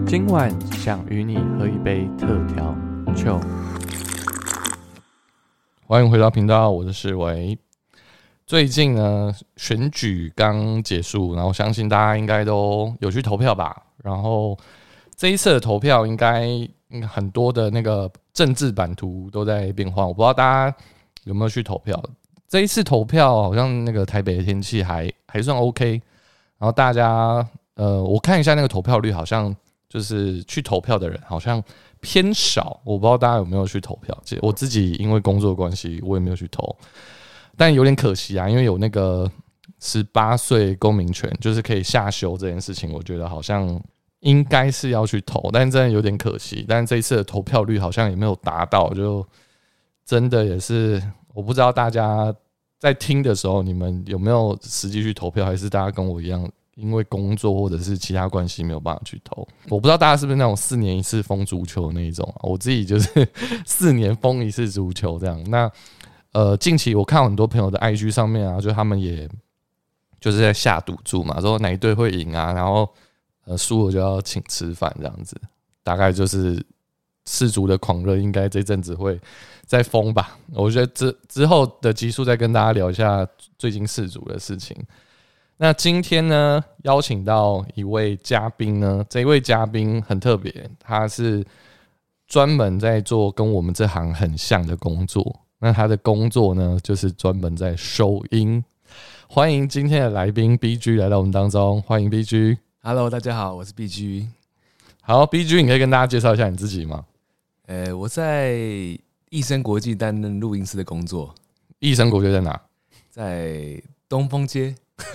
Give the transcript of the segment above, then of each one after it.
今晚想与你喝一杯特调酒。欢迎回到频道，我是世维。最近呢，选举刚结束，然后相信大家应该都有去投票吧。然后这一次的投票，应该很多的那个政治版图都在变化。我不知道大家有没有去投票。这一次投票好像那个台北的天气还算 OK， 然后大家我看一下那个投票率，好像就是去投票的人好像偏少。我不知道大家有没有去投票。我自己因为工作的关系，我也没有去投。但有点可惜啊，因为有那个18岁公民权，就是可以下修这件事情，我觉得好像应该是要去投，但真的有点可惜。但这一次的投票率好像也没有达到，就真的也是我不知道大家在听的时候，你们有没有实际去投票，还是大家跟我一样，因为工作或者是其他关系没有办法去投。我不知道大家是不是那种4年一次封足球那一种啊，我自己就是4年封一次足球这样。那近期我看很多朋友的 IG 上面啊，就他们也就是在下赌注嘛，说哪一队会赢啊，然后输了就要请吃饭这样子，大概就是世足的狂热，应该这阵子会再疯吧。我觉得之后的集数再跟大家聊一下最近世足的事情。那今天呢，邀请到一位嘉宾呢，这一位嘉宾很特别，他是专门在做跟我们这行很像的工作。那他的工作呢，就是专门在收音。欢迎今天的来宾 BG 来到我们当中，欢迎 BG。Hello， 大家好，我是 BG。 好 ，BG， 你可以跟大家介绍一下你自己吗？ 我在益生国际担任录音师的工作。 益生国际在哪？ 在东风街。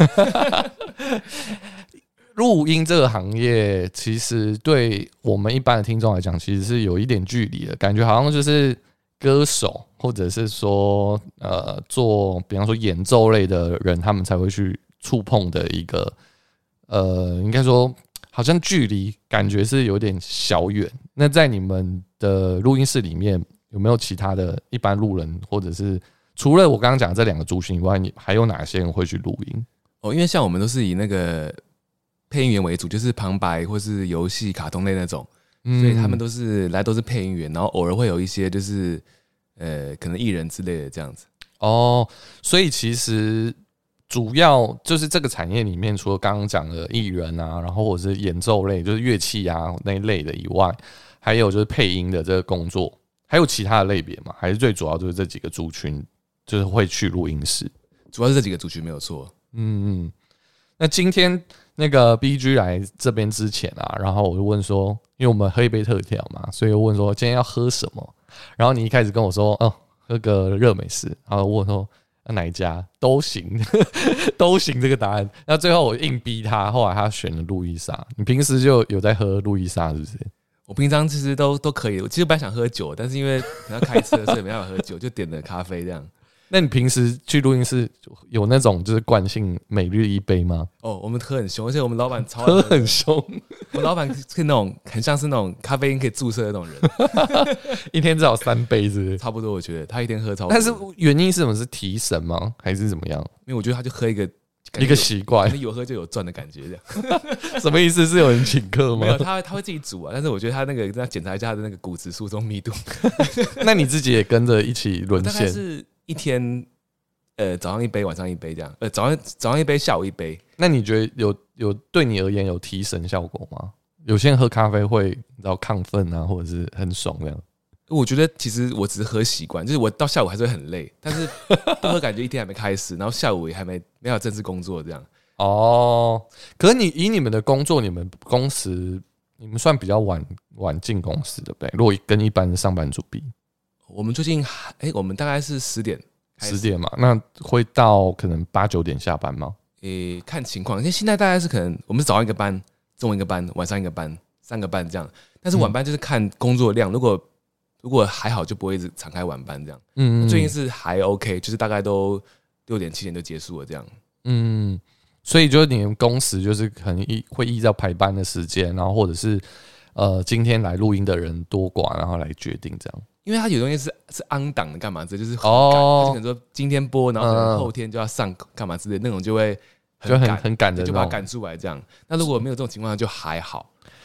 录音这个行业，其实对我们一般的听众来讲，其实是有一点距离的感觉，好像就是歌手，或者是说做比方说演奏类的人，他们才会去触碰的一个应该说好像距离感觉是有点小远。那在你们的录音室里面，有没有其他的一般路人，或者是除了我刚刚讲的这2个族群以外，你还有哪些人会去录音？ 因为像我们都是以那个配音员为主，就是旁白或是游戏、卡通类那种，所以他们都是配音员，然后偶尔会有一些就是可能艺人之类的这样子。 所以其实主要就是这个产业里面，除了刚刚讲的艺人啊，然后或者是演奏类，就是乐器啊那一类的以外，还有就是配音的这个工作，还有其他的类别嘛？还是最主要就是这几个族群，就是会去录音室？ 主要是这几个族群没有错。 那今天那个 BG 来这边之前啊，然后我就问说，因为我们喝一杯特调嘛，所以我问说今天要喝什么？然后你一开始跟我说，喝个热美式，然后问说哪一家都行，都行这个答案。那最后我硬逼他，后来他选了路易莎。你平时就有在喝路易莎是不是？ 我平常其实都可以。我其实本来想喝酒，但是因为可能要开车，所以没办法喝酒，就点了咖啡这样。 那你平时去录音室有那种就是惯性每日一杯吗？ 我们喝很凶，而且我们老板超喝很凶。 我们老板是那种很像是那种咖啡因可以注射的那种人， 一天至少3杯是不是？ 差不多，我觉得他一天喝超多。 但是原因是什么？是提神吗？还是怎么样？ 因为我觉得他就喝一个习惯， 有喝就有赚的感觉，这样。 什么意思？是有人请客吗？ 没有，他会自己煮啊。但是我觉得他那个要检查一下他的那个骨质疏松密度。 那你自己也跟着一起沦陷？ 大概是一天。早上1杯，晚上1杯这样。早上1杯，下午1杯。 那你觉得有对你而言有提神效果吗？有些人喝咖啡会你知道亢奋啊，或者是很爽这样。 我觉得其实我只是喝习惯，就是我到下午还是会很累，但是不喝感觉一天还没开始，然后下午也还没有正式工作这样。 可是以你们的工作，你们工时你们算比较晚进公司的呗？如果跟一般的上班族比， 我们最近我们大概是10点嘛，那会到可能8、9点下班吗？ 看情况，因为现在大概是可能我们是早上1个班，中午1个班，晚上1个班，3个班这样。但是晚班就是看工作量，如果还好就不会一直常开晚班这样。最近是还 OK， 就是大概都6点7点就结束了这样。 所以就是你们工时就是可能会依照排班的时间，然后或者是今天来录音的人多寡，然后来决定这样。 因为它有东西是on档的，干嘛之类，就是很赶，就可能说今天播，然后可能后天就要上干嘛之类，那种就会很赶很赶的， 就把它赶出来这样。那如果没有这种情况就还好。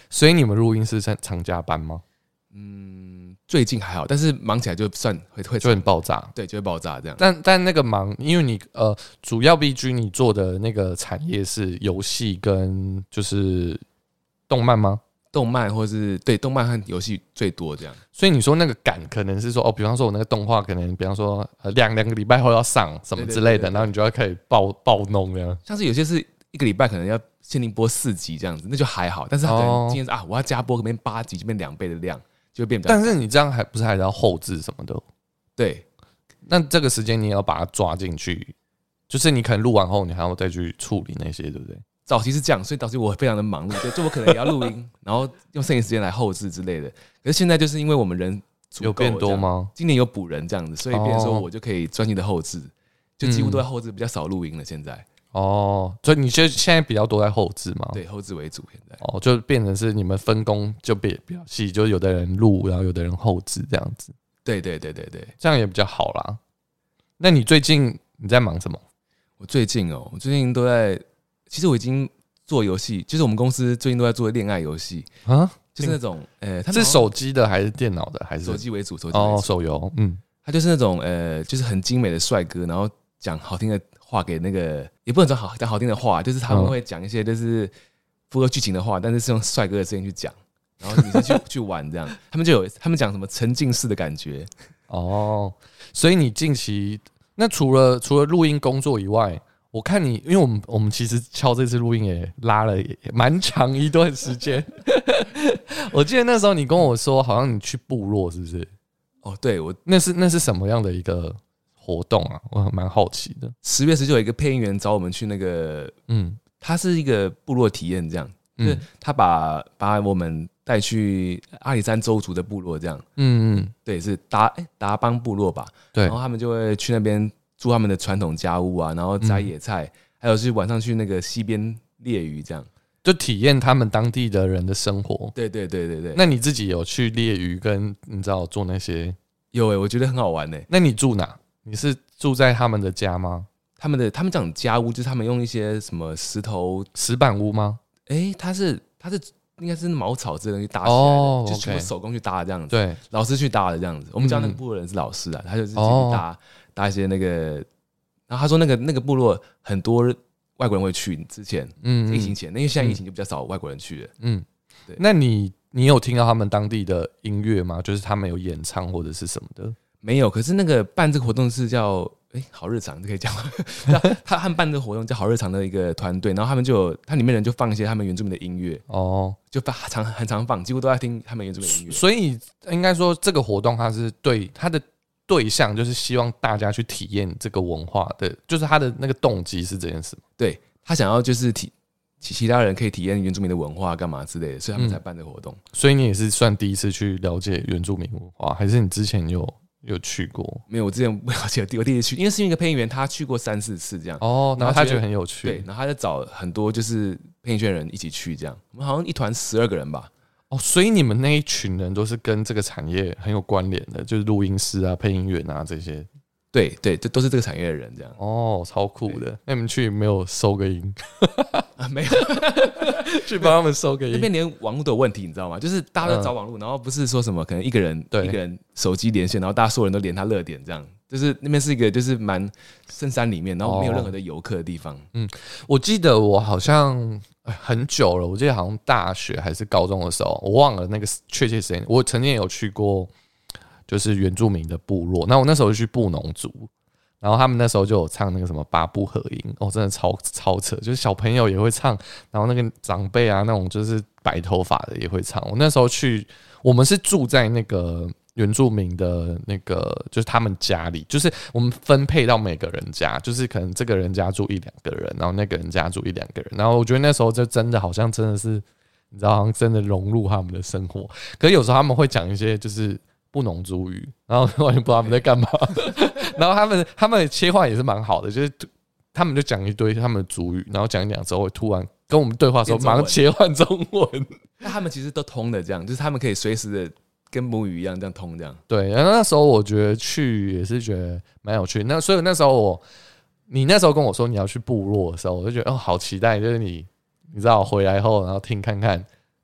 所以你们录音是常加班吗？ 最近还好，但是忙起来就算会就很爆炸， 对，就会爆炸这样。 但那个忙，因为你主要 BG 你做的那个产业是游戏跟就是动漫吗？ 动漫或是对动漫和游戏最多这样， 所以你说那个赶可能是说比方说我那个动画可能比方说两个礼拜后要上什么之类的，然后你就要开始爆弄这样。 像是有些是一个礼拜可能要限定播4集这样子，那就还好。但是他可能今天是我要加播可能8集，就变2倍的量，就会变比较。 但是你这样不是还要后置什么的？ 对， 那这个时间你也要把它抓进去，就是你可能录完后你还要再去处理那些，对不对？ 早期是这样，所以导致我非常的忙碌，就我可能也要录音，然后用剩余时间来后置之类的。可是现在就是因为我们人有变多吗？ 今年有补人这样子，所以变成说我就可以专心的后置，就几乎都在后置，比较少录音了。现在所以你现在比较多在后置吗？ 对，后置为主。现在就变成是你们分工就比较细，就有的人录，然后有的人后置这样子。 对， 这样也比较好啦。那你最近你在忙什么？ 我最近都在。其实我已经做游戏，就是我们公司最近都在做恋爱游戏啊，就是那种是手机的还是电脑的还是手机为主？ 手游， 他就是那种就是很精美的帅哥，然后讲好听的话给那个，也不能讲讲好听的话，就是他们会讲一些就是符合剧情的话，但是是用帅哥的声音去讲，然后女生去玩这样，他们讲什么沉浸式的感觉所以你近期那除了录音工作以外。我看你，因为我们其实敲这次录音也拉了也蛮长一段时间。我记得那时候你跟我说，好像你去部落，是不是？ 对， 那是什么样的一个活动啊？我蛮好奇的。 10月19有一个配音员找我们去那个，他是一个部落体验，这样，就是他把我们带去阿里山州族的部落，这样，对，是达邦部落吧？对，然后他们就会去那边。住他们的传统家屋啊，然后摘野菜，还有是晚上去那个溪边猎鱼，这样就体验他们当地的人的生活。 对。 那你自己有去猎鱼跟你知道做那些？ 有我觉得很好玩那你住哪？你是住在他们的家吗？ 他们讲家屋，就是他们用一些什么石板屋吗？ 它是应该是茅草之类的东西搭起来的，就全部手工去搭这样子。对，老师去搭的这样子。我们家那个部落人是老师啊，他就自己去搭一些那个，然后他说那个部落很多外国人会去，之前疫情前，因为现在疫情就比较少外国人去了。 对。那你有听到他们当地的音乐吗？就是他们有演唱或者是什么的？ 没有。可是那个办这个活动是叫好日常，可以讲吗？他们办这个活动叫好日常的一个团队，然后他们它里面人就放一些他们原住民的音乐就很常放，几乎都在听他们原住民的音乐。 所以应该说这个活动它是对他的。对象就是希望大家去体验这个文化的，就是他的那个动机是这件事吗？ 对，他想要就是其他人可以体验原住民的文化干嘛之类的，所以他们才办这个活动。 所以你也是算第一次去了解原住民文化，还是你之前有去过？ 没有，我之前不了解，我第一次去，因为是一个配音员，他去过3-4次这样。 然后他觉得很有趣， 对，然后他就找很多就是配音圈的人一起去这样。我们好像一团12个人吧。 所以你们那一群人都是跟这个产业很有关联的，就是录音师啊、配音员啊这些。 对，这都是这个产业的人这样。 超酷的。那你们去没有收个音？ 没有， 去帮他们收个音。 那边连网络都有问题，你知道吗？就是大家都找网络，然后不是说什么可能一个人手机连线，然后大家所有人都连他热点这样。就是那边是一个就是蛮深山里面，然后没有任何的游客的地方。 我记得我好像很久了，我记得好像大学还是高中的时候，我忘了那个确切时间。我曾经有去过，就是原住民的部落。那我那时候就去布农族，然后他们那时候就有唱那个什么八部合音，真的超扯，就是小朋友也会唱，然后那个长辈啊那种就是白头发的也会唱。我那时候去，我们是住在那个。原住民的那个就是他们家里，就是我们分配到每个人家，就是可能这个人家住1-2个人，然后那个人家住1-2个人，然后我觉得那时候就真的好像真的是，你知道，好像真的融入他们的生活。可是有时候他们会讲一些就是布农族语，然后完全不知道他们在干嘛。然后他们的切换也是蛮好的，就是他们就讲一堆他们的族语，然后讲一讲之后会突然跟我们对话的时候马上切换中文。 那他们其实都通的，这样就是他们可以随时的。跟母语一样这样通这样。 对，然后那时候我觉得去也是觉得蛮有趣。所以那时候你那时候跟我说你要去部落的时候，我就觉得好期待，就是你知道回来后然后听看看，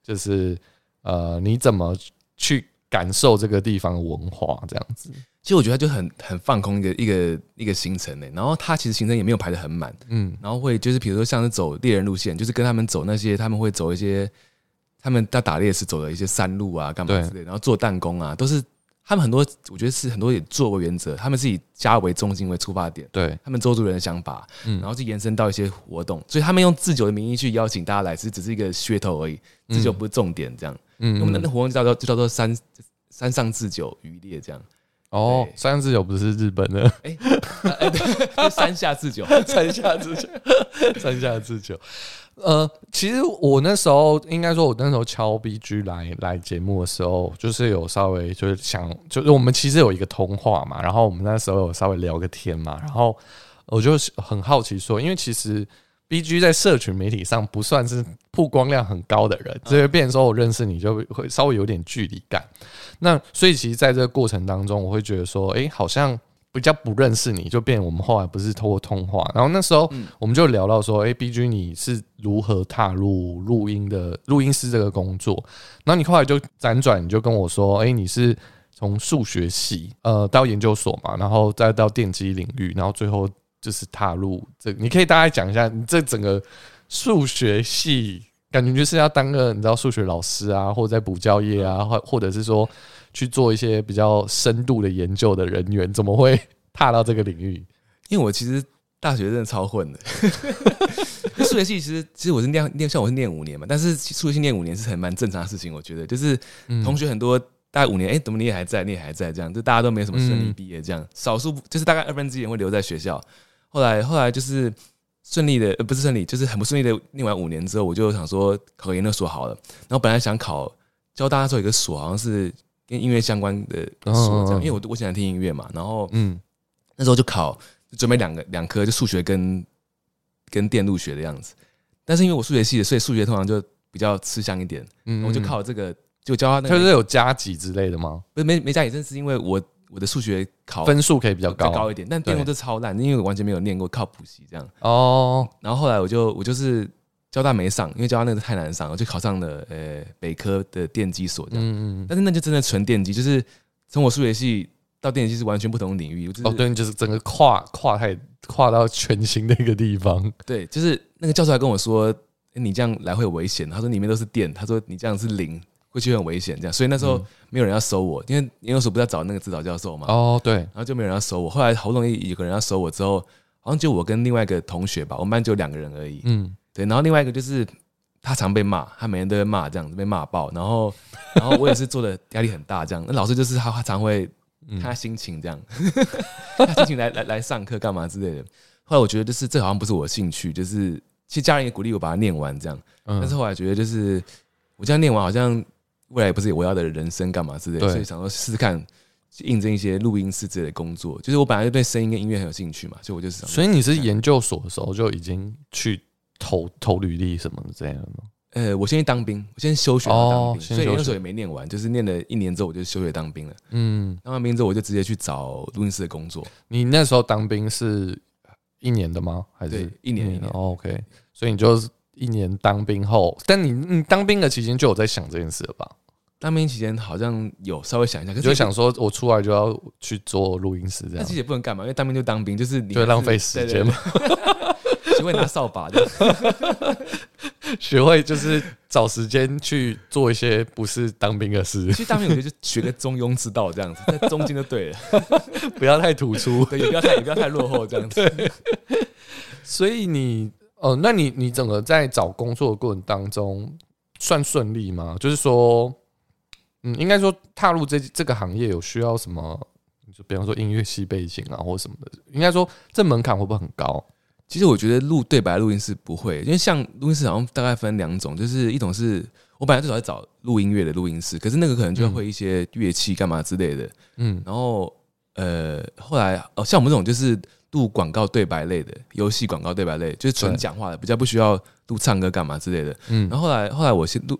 就是你怎么去感受这个地方的文化这样子。 其实我觉得他就很放空一个行程然后他其实行程也没有排得很满，然后会就是比如说像是走猎人路线，就是跟他们走那些他们会走一些他们要打猎时走的一些山路啊干嘛之类的，然后做弹弓啊，都是他们很多我觉得是很多也作为原则，他们是以家为中心为出发点， 对他们周族人的想法，然后去延伸到一些活动，所以他们用自酒的名义去邀请大家来，只是一个噱头而已，自酒不是重点这样。我们那活动就叫做山上自酒渔猎这样。 哦，山上自酒不是日本的， 对，山下自酒， 山下自酒，山下自酒。其实我那时候应该说，我那时候敲 BG 来节目的时候，就是有稍微就是就是我们其实有一个通话嘛，然后我们那时候有稍微聊个天嘛，然后我就很好奇说，因为其实 BG 在社群媒体上不算是曝光量很高的人，这就变成说我认识你就会稍微有点距离感。那所以其实在这个过程当中，我会觉得说，好像比较不认识你，就变成我们后来不是透过通话，然后那时候我们就聊到说，BG 你是如何踏入录音师这个工作，然后你后来就辗转，你就跟我说，你是从数学系到研究所嘛，然后再到电机领域，然后最后就是踏入这个，你可以大概讲一下你这整个数学系。感觉就是要当个你知道数学老师啊，或者在补教业啊，或者是说去做一些比较深度的研究的人员，怎么会踏到这个领域？ 因为我其实大学真的超混的，数学系其实我是像我是念5年嘛，但是数学系念5年是很蛮正常的事情，我觉得就是同学很多大概5年，怎么你也还在这样，就大家都没什么顺利毕业这样，少数就是大概1/2人会留在学校，后来就是。顺利的不是顺利，就是很不顺利的。念完5年之后，我就想说考个研究所好了。然后本来想考交大那时候有一个所，好像是跟音乐相关的所这样，因为我喜欢听音乐嘛。然后那时候就准备两科，就数学跟电路学的样子。但是因为我数学系的，所以数学通常就比较吃香一点。我就考这个，就教他那个。 就是有加级之类的吗？ 不是没加级，正是因为我的数学分数可以比较高一点，但电路就超烂，因为我完全没有念过，靠补习这样。然后后来我就是交大没上，因为交大那个太难上，我就考上了北科的电机所这样。但是那就真的纯电机，就是从我数学系到电机是完全不同的领域。 对，就是整个跨到全新的一个地方。 对，就是那个教授还跟我说，你这样来会有危险。他说里面都是电，他说你这样是0。会觉得很危险，这样，所以那时候没有人要收我，因为研究所不是要找那个指导教授嘛。 对， 然后就没有人要收我。后来好不容易有个人要收我之后，好像就我跟另外一个同学吧，我们班就有2个人而已。对，然后另外一个就是他常被骂，他每天都会骂，这样子被骂爆。然后我也是做的压力很大，这样。那老师就是他常会看他心情这样，他心情来上课干嘛之类的。后来我觉得就是这好像不是我的兴趣，就是其实家人也鼓励我把它念完这样，但是后来觉得就是我这样念完好像。未来不是我要的人生干嘛之类的，所以想说试试看，应征一些录音室之类的工作。就是我本来就对声音跟音乐很有兴趣嘛，所以我就是想。 所以你是研究所的时候就已经去投履历什么的这样吗？ 我先去当兵，我先休学当兵，所以研究所也没念完，就是念了1年之后我就休学当兵了。当完兵之后我就直接去找录音室的工作。 你那时候当兵是1年的吗？还是对1年 ？OK， 所以你就是1年当兵后，但你当兵的期间就有在想这件事了吧？ 当兵期间好像有稍微想一下，可是就想说我出来就要去做录音室这样。 但其实也不能干嘛，因为当兵就当兵，就是你就浪费时间嘛。 学会拿扫把的， 学会就是找时间去做一些不是当兵的事。 其实当兵我觉得就学个中庸之道这样子，在中间就对了， 不要太突出， 对，也不要太落后这样子。 所以那你整个在找工作的过程当中算顺利吗？就是说，应该说踏入这个行业有需要什么？就比方说音乐系背景啊，或什么的，应该说这门槛会不会很高？ 其实我觉得录对白录音室不会，因为像录音室好像大概分2种，就是一种是我本来最早在找录音乐的录音室，可是那个可能就要会一些乐器干嘛之类的，然后后来像我们这种就是录广告对白类的，游戏广告对白类，就是纯讲话的，比较不需要录唱歌干嘛之类的。然后后来我先录，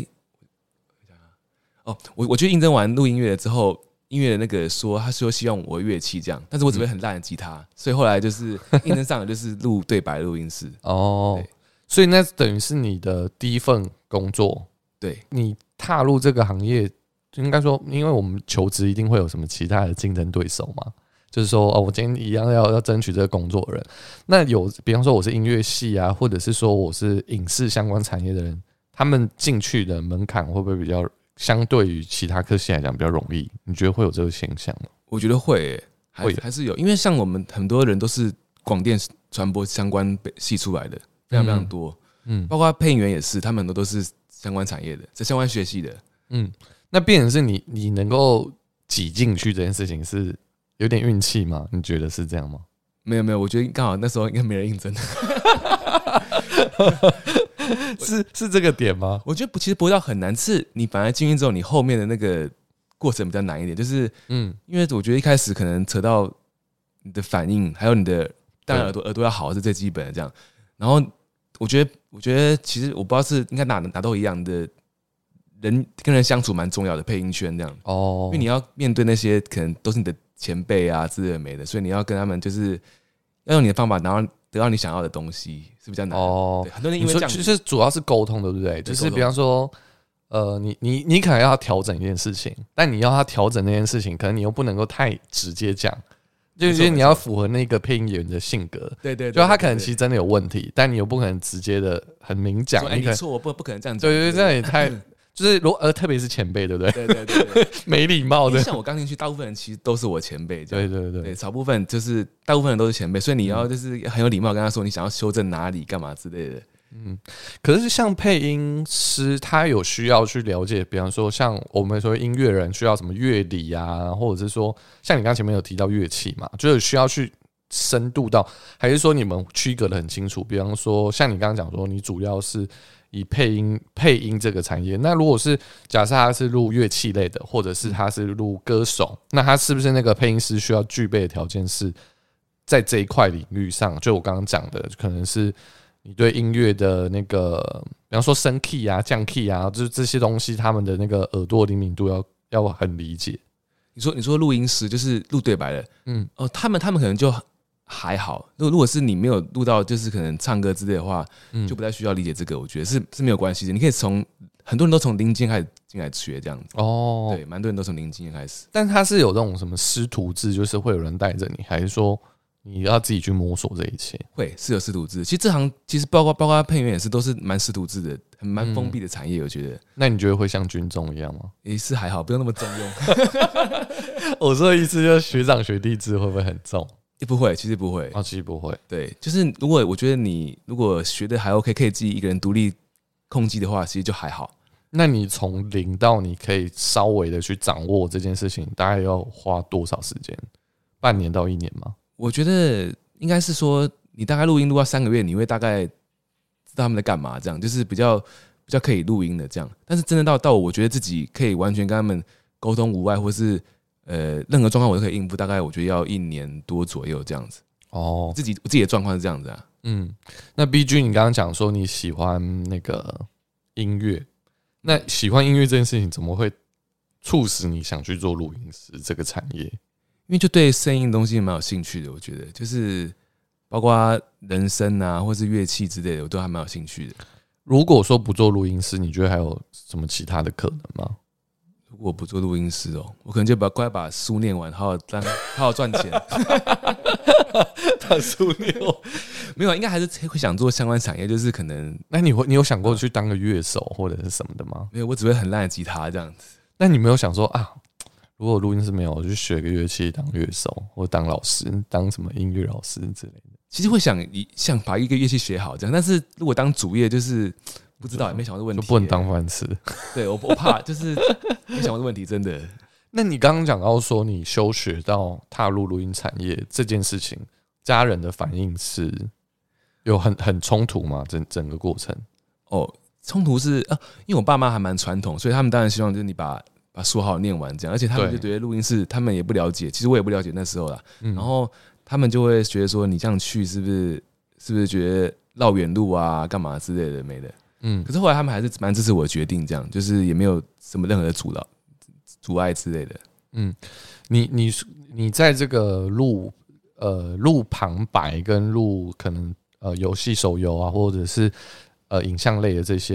我去应征完录音乐之后。音乐的那个他说希望我乐器这样，但是我只会很烂的吉他，所以后来就是应征上的就是录对白录音室。 所以那等于是你的第一份工作。 对， 你踏入这个行业，应该说，因为我们求职一定会有什么其他的竞争对手嘛。就是说，我今天一样要争取这个工作的人。那有，比方说我是音乐系啊，或者是说我是影视相关产业的人，他们进去的门槛会不会比较相对于其他科系来讲比较容易？你觉得会有这个现象吗？ 我觉得会、还是有，因为像我们很多人都是广电传播相关系出来的，非常非常多。包括配音员也是，他们很多都是相关产业的，在相关学系的。 那变成是你能够挤进去这件事情是有点运气吗？你觉得是这样吗？ 没有，我觉得刚好那时候应该没人应征。 是这个点吗？ 我觉得其实不会到很难，是你反而进去之后，你后面的那个过程比较难一点。就是因为我觉得一开始可能扯到你的反应，还有你的当然耳朵要好是最基本的这样。然后我觉得其实我不知道是应该哪都一样的。人跟人相处蛮重要的，配音圈这样因为你要面对那些可能都是你的前辈啊之类的没的，所以你要跟他们就是要用你的方法，然后得到你想要的东西是比较难的。很多人因为这样， 其实主要是沟通，对不对？就是比方说，你可能要调整一件事情，但你要他调整那件事情，可能你又不能够太直接讲，就是你要符合那个配音演员的性格。 对， 就他可能其实真的有问题，但你又不可能直接的很明讲。 你错，我不可能这样讲。 对，这样也太。就是特别是前辈，对不对？ 对， 没礼貌的。 像我刚进去，大部分人其实都是我前辈， 对， 少部分就是大部分人都是前辈，所以你要就是很有礼貌跟他说你想要修正哪里、干嘛之类的。 可是像配音师，他有需要去了解，比方说像我们说音乐人需要什么乐理啊，或者是说像你刚前面有提到乐器嘛，就是需要去深度到，还是说你们区隔的很清楚？比方说像你刚刚讲说，你主要是以配音这个产业，那如果是假设他是录乐器类的，或者是他是录歌手，那他是不是那个配音师需要具备的条件是在这一块领域上？就我刚刚讲的，可能是你对音乐的那个，比方说升 key 啊、降 key 啊，就是这些东西，他们的那个耳朵灵敏度要很理解。 你说录音师就是录对白的，他们可能就还好，如果是你没有录到，就是可能唱歌之类的话，就不太需要理解这个。我觉得是没有关系的。你可以很多人都从零经开始进来学这样子。对，蛮多人都从零经开始。 但他是有这种什么师徒制，就是会有人带着你，还是说你要自己去摸索这一切？ 是有师徒制。其实这行其实包括配音员也是都是蛮师徒制的，蛮封闭的产业。我觉得。 那你觉得会像军中一样吗？ 也是还好，不用那么重用。 我说的意思就是学长学弟制会不会很重？ 也不会，其实不会。 其实不会。 对，就是我觉得你如果学的还 OK， 可以自己一个人独立控机的话，其实就还好。 那你从零到你可以稍微的去掌握这件事情，大概要花多少时间？半年到1年吗？ 我觉得应该是说，你大概录音录到3个月，你会大概知道他们在干嘛，这样就是比较可以录音的这样。但是真的到我觉得自己可以完全跟他们沟通无碍，或是任何状况我都可以应付，大概我觉得要1年多左右这样子。我自己的状况是这样子啊。 那 BG 你刚刚讲说你喜欢那个音乐，那喜欢音乐这件事情怎么会促使你想去做录音师这个产业？ 因为就对声音的东西蛮有兴趣的，我觉得就是包括人声啊，或是乐器之类的，我都还蛮有兴趣的。 如果说不做录音师，你觉得还有什么其他的可能吗？ 如果不做录音师我可能就快把书念完，好好赚钱。 把书念完没有，应该还是会想做相关产业，就是可能。 那你有想过去当个乐手或者是什么的吗？ 没有，我只会很烂的吉他这样子。 那你没有想说啊，如果录音师没有，我就学个乐器当乐手，或当老师，当什么音乐老师之类的？ 其实会想把一个乐器学好这样，但是如果当主业就是不知道，也没想过这问题， 就不能当饭吃。 对，我怕就是没想过这问题，真的。 那你刚刚讲到说你休学到踏入录音产业这件事情，家人的反应是有很冲突吗？整个过程？ 冲突是因为我爸妈还蛮传统，所以他们当然希望就是你把书好好念完这样，而且他们就觉得录音室他们也不了解，其实我也不了解那时候啦。然后他们就会觉得说你这样去是不是觉得绕远路啊，干嘛之类的没的。可是后来他们还是蛮支持我的决定，这样就是也没有什么任何的阻碍之类的。 你在这个录旁白跟录可能游戏手游啊，或者是影像类的这些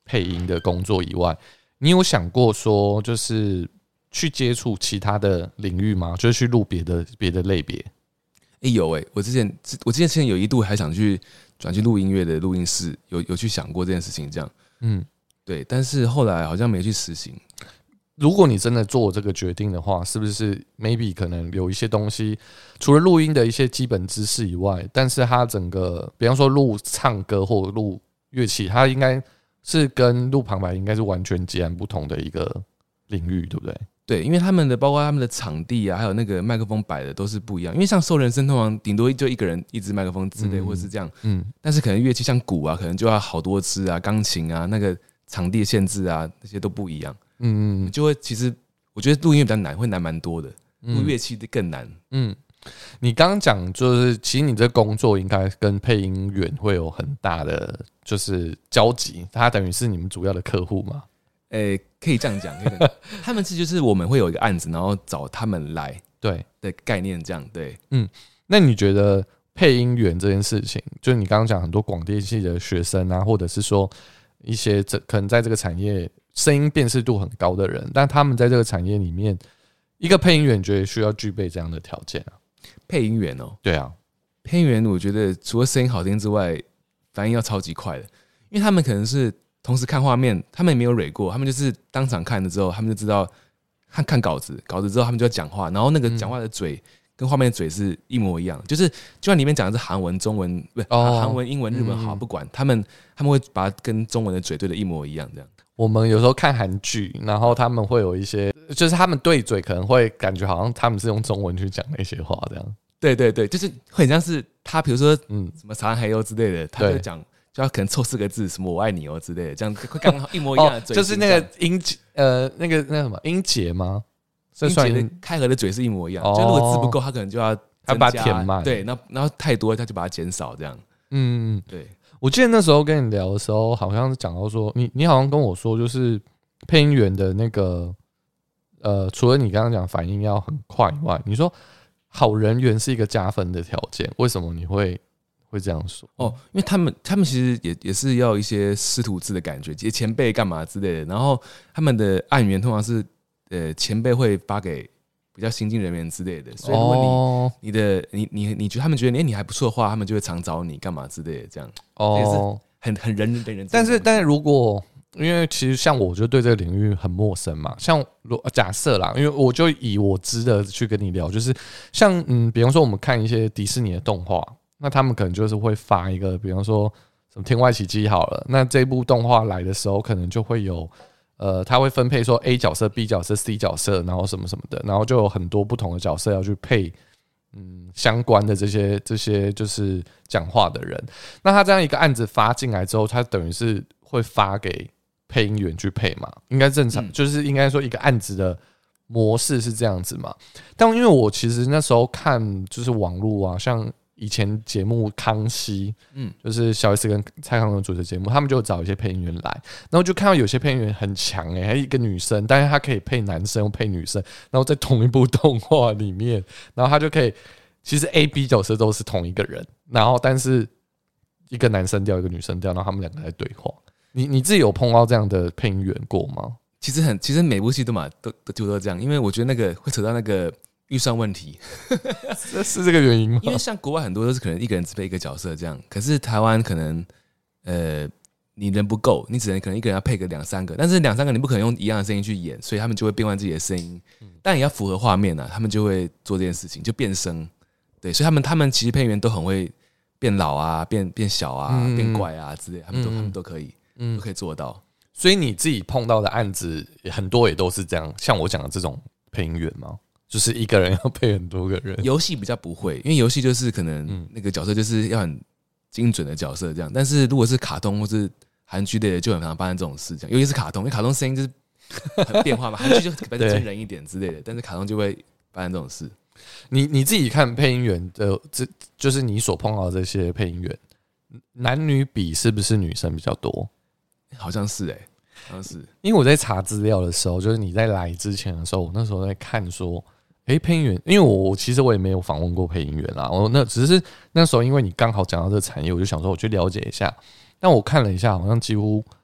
配音的工作以外，你有想过说就是去接触其他的领域吗？就是去录别的类别？ 有我之前有一度还想去转去录音乐的录音室，有去想过这件事情，这样，对，但是后来好像没去实行。 如果你真的做这个决定的话，是不是 maybe 可能有一些东西，除了录音的一些基本知识以外，但是它整个，比方说录唱歌或录乐器，它应该是跟录旁白应该是完全截然不同的一个领域，对不对？ 对，因为包括他们的场地啊，还有那个麦克风摆的都是不一样。因为像兽人声通常顶多就一个人一支麦克风之类，或者是这样。但是可能乐器像鼓啊，可能就要好多支啊，钢琴啊，那个场地的限制啊，那些都不一样。就会其实我觉得录音乐比较难，会难蛮多的。录乐器更难。 你刚刚讲就是，其实你这工作应该跟配音员会有很大的就是交集，他等于是你们主要的客户嘛？ 可以这样讲，他们就是我们会有一个案子，然后找他们来，对的概念，这样对。 那你觉得配音员这件事情，就是你刚刚讲很多广电系的学生啊，或者是说一些可能在这个产业声音辨识度很高的人，但他们在这个产业里面，一个配音员觉得需要具备这样的条件啊？ 配音员哦， 对啊， 配音员我觉得除了声音好听之外，反应要超级快的，因为他们可能是同时看画面，他们也没有蕊过，他们就是当场看了之后，他们就知道看稿子之后，他们就要讲话，然后那个讲话的嘴跟画面的嘴是一模一样，就算里面讲的是韩文、中文，不是韩文、英文、日文，好不管，他们会把它跟中文的嘴对的一模一样，这样。 我们有时候看韩剧，然后他们会有一些，就是他们对嘴可能会感觉好像他们是用中文去讲那些话，这样。 对，就是会很像是他，比如说什么长黑优之类的，他就讲。就要可能凑4个字，什么我爱你哦之类的，这样会刚好一模一样的嘴型， 就是那个音那个什么音节吗？ 音节的开合的嘴是一模一样。就如果字不够，他可能就要把它填满。 对，然后太多他就把它减少，这样。对。 我记得那时候跟你聊的时候，好像是讲到说，你好像跟我说，就是配音员的那个除了你刚刚讲反应要很快以外，你说好人缘是一个加分的条件，为什么你会这样说？ 因为他们其实也是要一些师徒制的感觉，前辈干嘛之类的。然后他们的案源通常是前辈会发给比较新进人员之类的，所以如果你觉得他们觉得你还不错的话，他们就会常找你干嘛之类的，这样也是很人对人。 但是如果因为其实像我就对这个领域很陌生嘛，像假设啦，因为我就以我知的去跟你聊，就是像比方说我们看一些迪士尼的动画。那他们可能就是会发一个，比方说什么天外奇迹好了，那这部动画来的时候，可能就会有他会分配说 A 角色、B 角色、C 角色，然后什么什么的，然后就有很多不同的角色要去配相关的这些就是讲话的人。那他这样一个案子发进来之后，他等于是会发给配音员去配嘛？应该正常，就是应该说一个案子的模式是这样子嘛。但因为我其实那时候看就是网络啊，像以前节目《康熙》，就是小 S 跟蔡康永主持的节目，他们就找一些配音员来，然后就看到有些配音员很强还一个女生，但是她可以配男生又配女生，然后在同一部动画里面，然后她就可以，其实 A、B 角色都是同一个人，然后但是一个男生调一个女生调，然后他们两个在对话。你自己有碰到这样的配音员过吗？ 其实每部戏都这样，因为我觉得那个会扯到那个预算问题， 是这个原因吗？ 因为像国外很多都是可能一个人只配一个角色这样，可是台湾可能你人不够，你只能可能一个人要配个2-3个，但是2-3个你不可能用一样的声音去演，所以他们就会变换自己的声音，但也要符合画面啊，他们就会做这件事情，就变声。对，所以他们其实配音员都很会变老啊、变小啊、变怪啊之类的，他们都可以，都可以做到。 所以你自己碰到的案子很多也都是这样，像我讲的这种配音员吗？就是一个人要配很多个人。 游戏比较不会，因为游戏就是可能那个角色就是要很精准的角色这样，但是如果是卡通或是韩剧类的，就很常发生这种事情。尤其是卡通，因为卡通声音就是很变化嘛，韩剧就比较真人一点之类的，但是卡通就会发生这种事。 你自己看配音员的，就是你所碰到的这些配音员，男女比是不是女生比较多？ 好像是好像是。 因为我在查资料的时候，就是你在来之前的时候，我那时候在看说，配音员，因为我其实我也没有访问过配音员啦，只是那时候因为你刚好讲到这个产业，我就想说我去了解一下。但我看了一下，好像几乎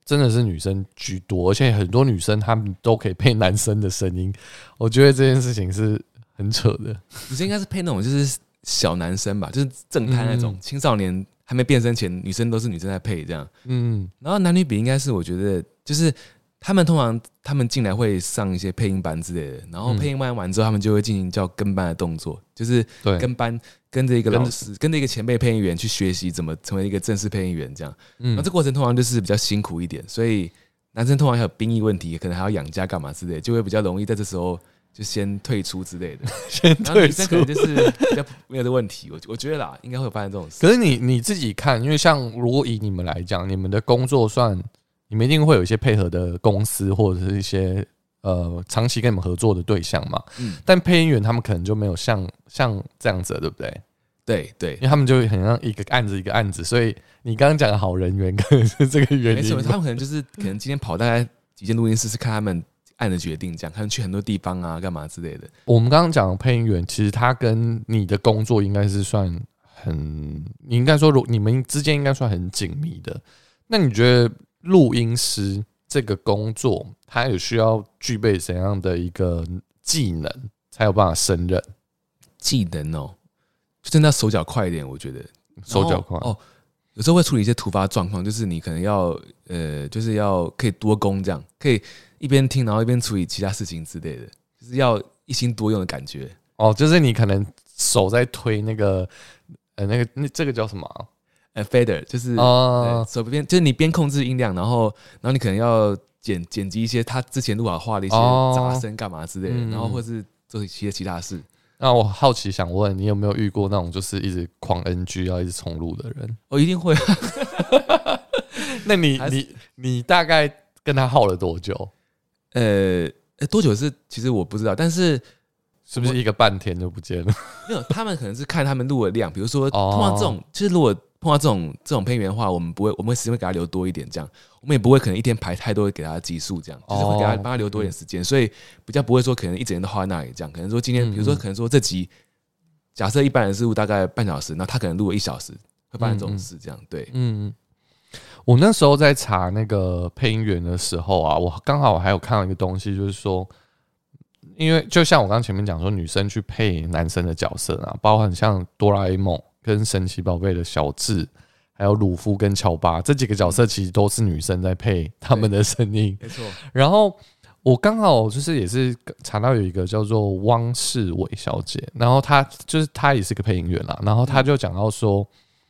真的是女生居多，而且很多女生她们都可以配男生的声音，我觉得这件事情是很扯的。 女生应该是配那种就是小男生吧，就是正太那种，青少年还没变声前，女生都是女生在配这样。然后男女比应该是我觉得就是他们通常他们进来会上一些配音班之类的，然后配音班完之后，他们就会进行叫跟班的动作，就是跟班跟着一个老师，跟着一个前辈配音员去学习怎么成为一个正式配音员这样。然后这过程通常就是比较辛苦一点，所以男生通常还有兵役问题，可能还要养家干嘛之类的，就会比较容易在这时候就先退出之类的。 先退出， 可能就是比较没有的问题。我觉得啦，应该会有发生这种事。 可是你自己看，因为像如果以你们来讲，你们的工作算，你们一定会有一些配合的公司或者是一些长期跟你们合作的对象嘛。但配音员他们可能就没有像这样子的，对不对？ 对， 因为他们就很像一个案子一个案子，所以你刚刚讲的好人缘可能是这个原因。 没错，他们可能就是可能今天跑大概几间录音室是看他们按的决定，这样可能去很多地方啊，干嘛之类的。 我们刚刚讲的配音员，其实他跟你的工作应该是算你应该说你们之间应该算很紧密的。那你觉得录音师这个工作，他有需要具备怎样的一个技能，才有办法胜任？ 技能哦，就真的要手脚快一点，我觉得手脚快哦。有时候会处理一些突发状况，就是你可能要就是要可以多工这样，可以一边听然后一边处理其他事情之类的，就是要一心多用的感觉。 哦，就是你可能手在推那个这个叫什么 fader， 就是手边就是你边控制音量，然后你可能要剪辑一些他之前录好话的一些杂声干嘛之类的，然后或是做一些其他事。 那我好奇想问你有没有遇过那种就是一直狂 NG 要一直重录的人？ 我一定会。 那你大概跟他耗了多久？ 多久是其实我不知道，但是是不是一个半天就不见了？ 没有，他们可能是看他们录的量，比如说通常这种，就是如果碰到这种配音员的话，我们时间会给他留多一点，这样我们也不会可能一天排太多给他集数，这样就是会帮他留多一点时间，所以比较不会说可能一整天都花在那里，这样可能说今天比如说可能说这集假设一般人是录大概半小时，那他可能录了1小时，会发生这种事，这样对。 我那时候在查那个配音员的时候啊，我刚好还有看到一个东西，就是说，因为就像我刚前面讲说，女生去配男生的角色啊，包含像哆啦 A 梦跟神奇宝贝的小智，还有鲁夫跟乔巴这几个角色，其实都是女生在配他们的声音。 没错。 然后我刚好就是也是查到有一个叫做汪世伟小姐，然后她也是个配音员啦，然后她就讲到说，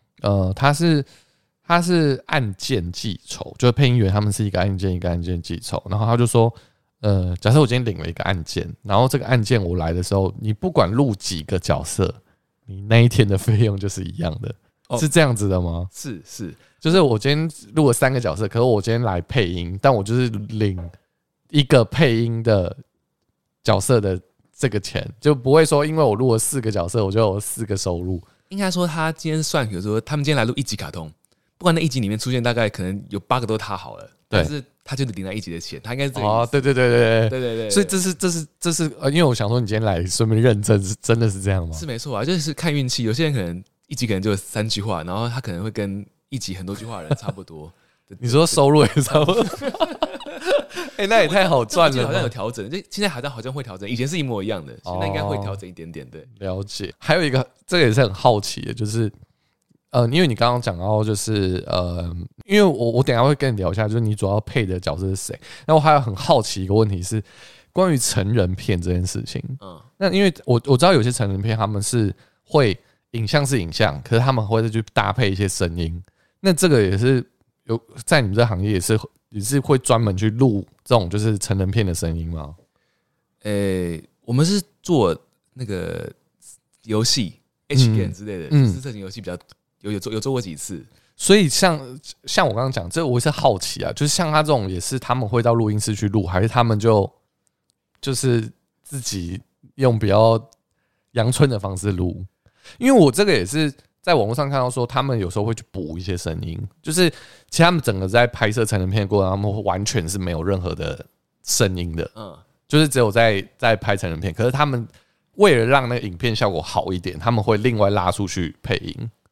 他是按键计酬，就是配音员他们是一个按键一个按键计酬，然后他就说，假设我今天领了一个按键，然后这个按键我来的时候，你不管录几个角色，你那一天的费用就是一样的，是这样子的吗？ 是， 就是我今天录了3个角色，可是我今天来配音，但我就是领一个配音的角色的这个钱，就不会说因为我录了4个角色，我就有4个收入。 应该说他今天算，比如说他们今天来录1集卡通。不管那1集里面出现大概可能有8个都是他好了，但是他就是领那1集的钱，他应该是这个意思。对， 所以这是因为我想说你今天来顺便认证，是真的是这样吗？ 是没错啊，就是看运气。有些人可能1集可能就有3句话，然后他可能会跟1集很多句话的人差不多。 你说收入也差不多？那也太好赚了。 好像有调整，现在好像会调整，以前是一模一样的，现在应该会调整一点点。对， 了解。还有一个，这个也是很好奇的，就是。因为你刚刚讲到，就是因为我等一下会跟你聊一下，就是你主要配的角色是谁。那我还有很好奇一个问题是，关于成人片这件事情。那因为我知道有些成人片他们是会影像是影像，可是他们会再去搭配一些声音。那这个也是有在你们这行业也是会专门去录这种就是成人片的声音吗？ 我们是做那个游戏 H game 之类的，就是这种游戏比较。有做过几次， 所以像我刚刚讲，这我是好奇啊，就是像他这种也是他们会到录音室去录，还是他们就是自己用比较阳春的方式录？因为我这个也是在网络上看到说，他们有时候会去补一些声音，就是其实他们整个在拍摄成人片的过程，他们会完全是没有任何的声音的，就是只有在拍成人片，可是他们为了让那个影片效果好一点，他们会另外拉出去配音。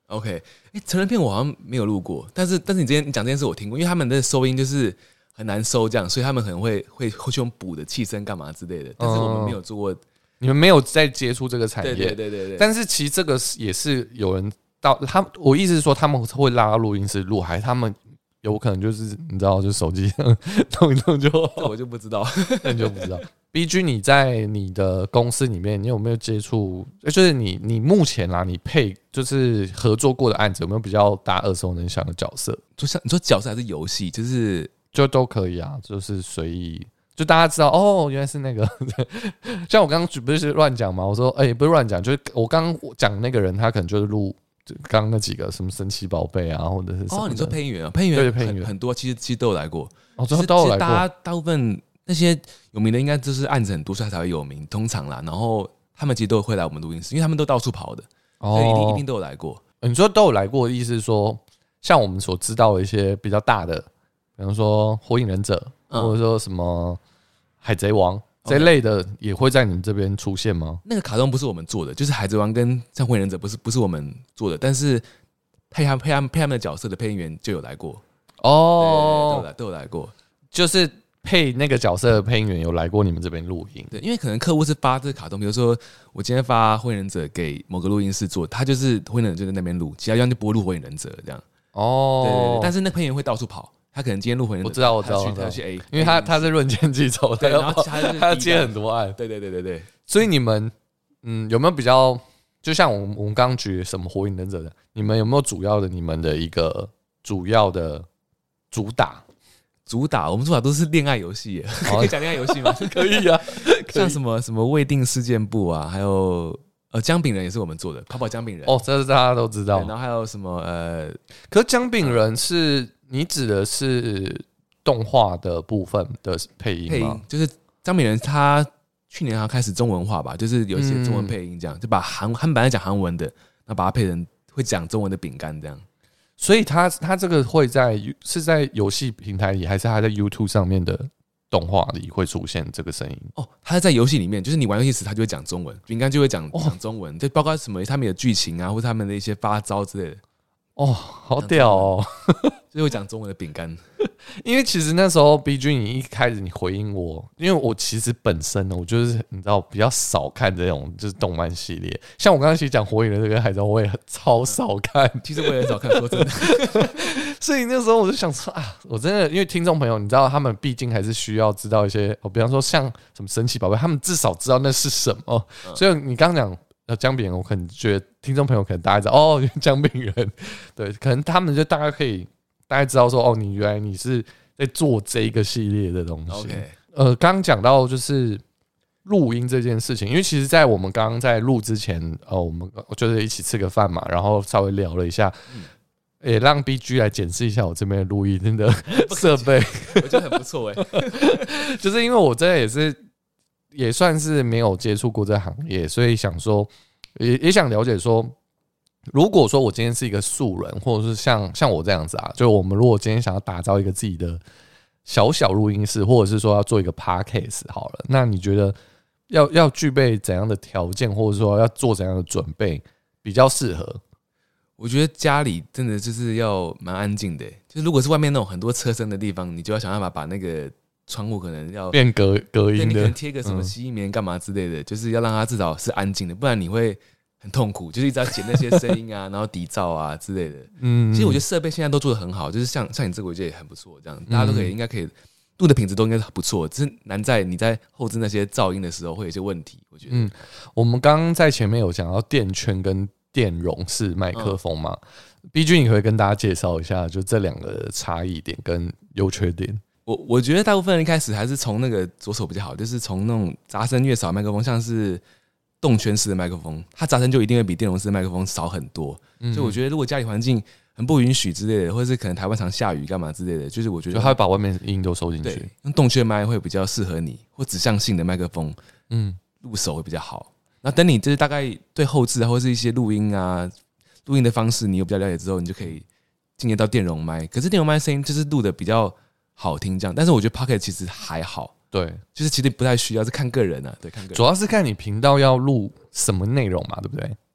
OK， 成人片我好像没有录过，但是你讲这件事我听过，因为他们的收音就是很难收这样，所以他们可能会去用补的气声干嘛之类的，但是我们没有做过。 你们没有在接触这个产业， 对。 但是其实这个也是有人到我意思是说他们会拉到录音室录，还是他们有可能就是你知道，就手机动一动就， 我就不知道， 那你就不知道。BG， 你在你的公司里面，你有没有接触？就是你目前啦，你就是合作过的案子，有没有比较大耳熟能详的角色？ 就像你说角色还是游戏， 就都可以啊，就是随意。就大家知道哦，原来是那个，像我刚刚不是乱讲吗？我说，不是乱讲，就是我刚刚讲那个人，他可能就是录刚刚那几个什么神奇宝贝啊，或者是什么你说配音员啊，配音员很多，其实都有来过， 最后都有来过。 大部分那些有名的，应该就是案子很多，所以才会有名，通常啦。然后他们其实都会来我们录音室，因为他们都到处跑的，所以一定都有来过。 你说都有来过的意思是说，像我们所知道的一些比较大的，比方说《火影忍者》，或者说什么。海贼王这类的也会在你们这边出现吗？ 那个卡通不是我们做的，就是海贼王跟像火影忍者不是我们做的，但是配他们的角色的配音员就有来过哦，都有来过， 就是配那个角色的配音员有来过你们这边录音。 对，因为可能客户是发这个卡通，比如说我今天发火影忍者给某个录音室做，他就是火影忍者就在那边录，其他地方就不会录火影忍者这样。哦，对，但是那配音员会到处跑。他可能今天录火影忍者， 我知道， 他去 A， 因为他是论剑记仇， 对，然后他要接很多案， 对。 所以你们有没有比较，就像我们刚刚举什么火影忍者的，你们有没有主要的你们的一个主要的主打？ 我们主打都是恋爱游戏耶，可以讲恋爱游戏吗？ 可以啊， 像什么未定事件簿啊，还有姜饼人也是我们做的，跑姜饼人这是大家都知道。 然后还有什么可是姜饼人是。你指的是动画的部分的配音吗？ 就是姜饼人，他去年好像开始中文化吧，就是有一些中文配音这样，就把他们本来讲韩文的，那把它配成会讲中文的饼干这样。 所以他这个是在游戏平台里，还是他在 YouTube 上面的动画里会出现这个声音？ 他在游戏里面，就是你玩游戏时，他就会讲中文，饼干就会讲中文，就包括什么他们的剧情啊，或者他们的一些发招之类的。 好屌哦！ 就会讲中文的饼干， 因为其实那时候 BG 你一开始你回应我，因为我其实本身呢，我就是你知道比较少看这种就是动漫系列，像我刚刚其实讲火影忍者跟海贼王，我也超少看， 其实我也很少看，说真的。 所以那时候我就想说我真的因为听众朋友，你知道他们毕竟还是需要知道一些，比方说像什么神奇宝贝，他们至少知道那是什么。所以你刚刚讲。姜饼人，我可能觉得听众朋友可能大概知道姜饼人，对，可能他们就大概可以大概知道说你原来你是在做这一个系列的东西。刚刚讲到就是录音这件事情，因为其实，在我们刚刚在录之前，我们就是一起吃个饭嘛，然后稍微聊了一下，也让 BG 来检视一下我这边的录音的设备， 我觉得很不错就是因为我真的也算是没有接触过这行业，所以想说也想了解说，如果说我今天是一个素人，或者是像我这样子啊，就我们如果今天想要打造一个自己的小录音室，或者是说要做一个 podcast 好了，那你觉得要具备怎样的条件，或者说要做怎样的准备比较适合？ 我觉得家里真的就是要蛮安静的，就是如果是外面那种很多车声的地方，你就要想办法把那个窗户可能要变隔音的， 你可能贴个什么吸音棉干嘛之类的，就是要让它至少是安静的，不然你会很痛苦，就是一直要剪那些声音啊，然后底噪啊之类的。其实我觉得设备现在都做得很好，就是像你这个我觉得也很不错，这样大家都应该可以录的品质都应该不错，只是难在你在后置那些噪音的时候会有一些问题。我觉得， 我们刚刚在前面有讲到电圈跟电容式麦克风嘛，BG 你可以跟大家介绍一下，就这两个差异点跟优缺点。 我觉得大部分人一开始还是从那个着手比较好，就是从那种杂声越少的麦克风，像是动圈式的麦克风，它杂声就一定会比电容式的麦克风少很多。所以我觉得如果家里环境很不允许之类的，或者是可能台湾常下雨干嘛之类的，就是我觉得就它会把外面的音都收进去。 用动圈麦会比较适合你，或指向性的麦克风，入手会比较好。那等你就是大概对后置或是一些录音啊、录音的方式你有比较了解之后，你就可以进阶到电容麦。可是电容麦声音就是录的比较好听这样，但是我觉得 Pocket 其实还好， 对， 就是其实不太需要，是看个人啊，对，看个人， 主要是看你频道要录什么内容嘛，对不对？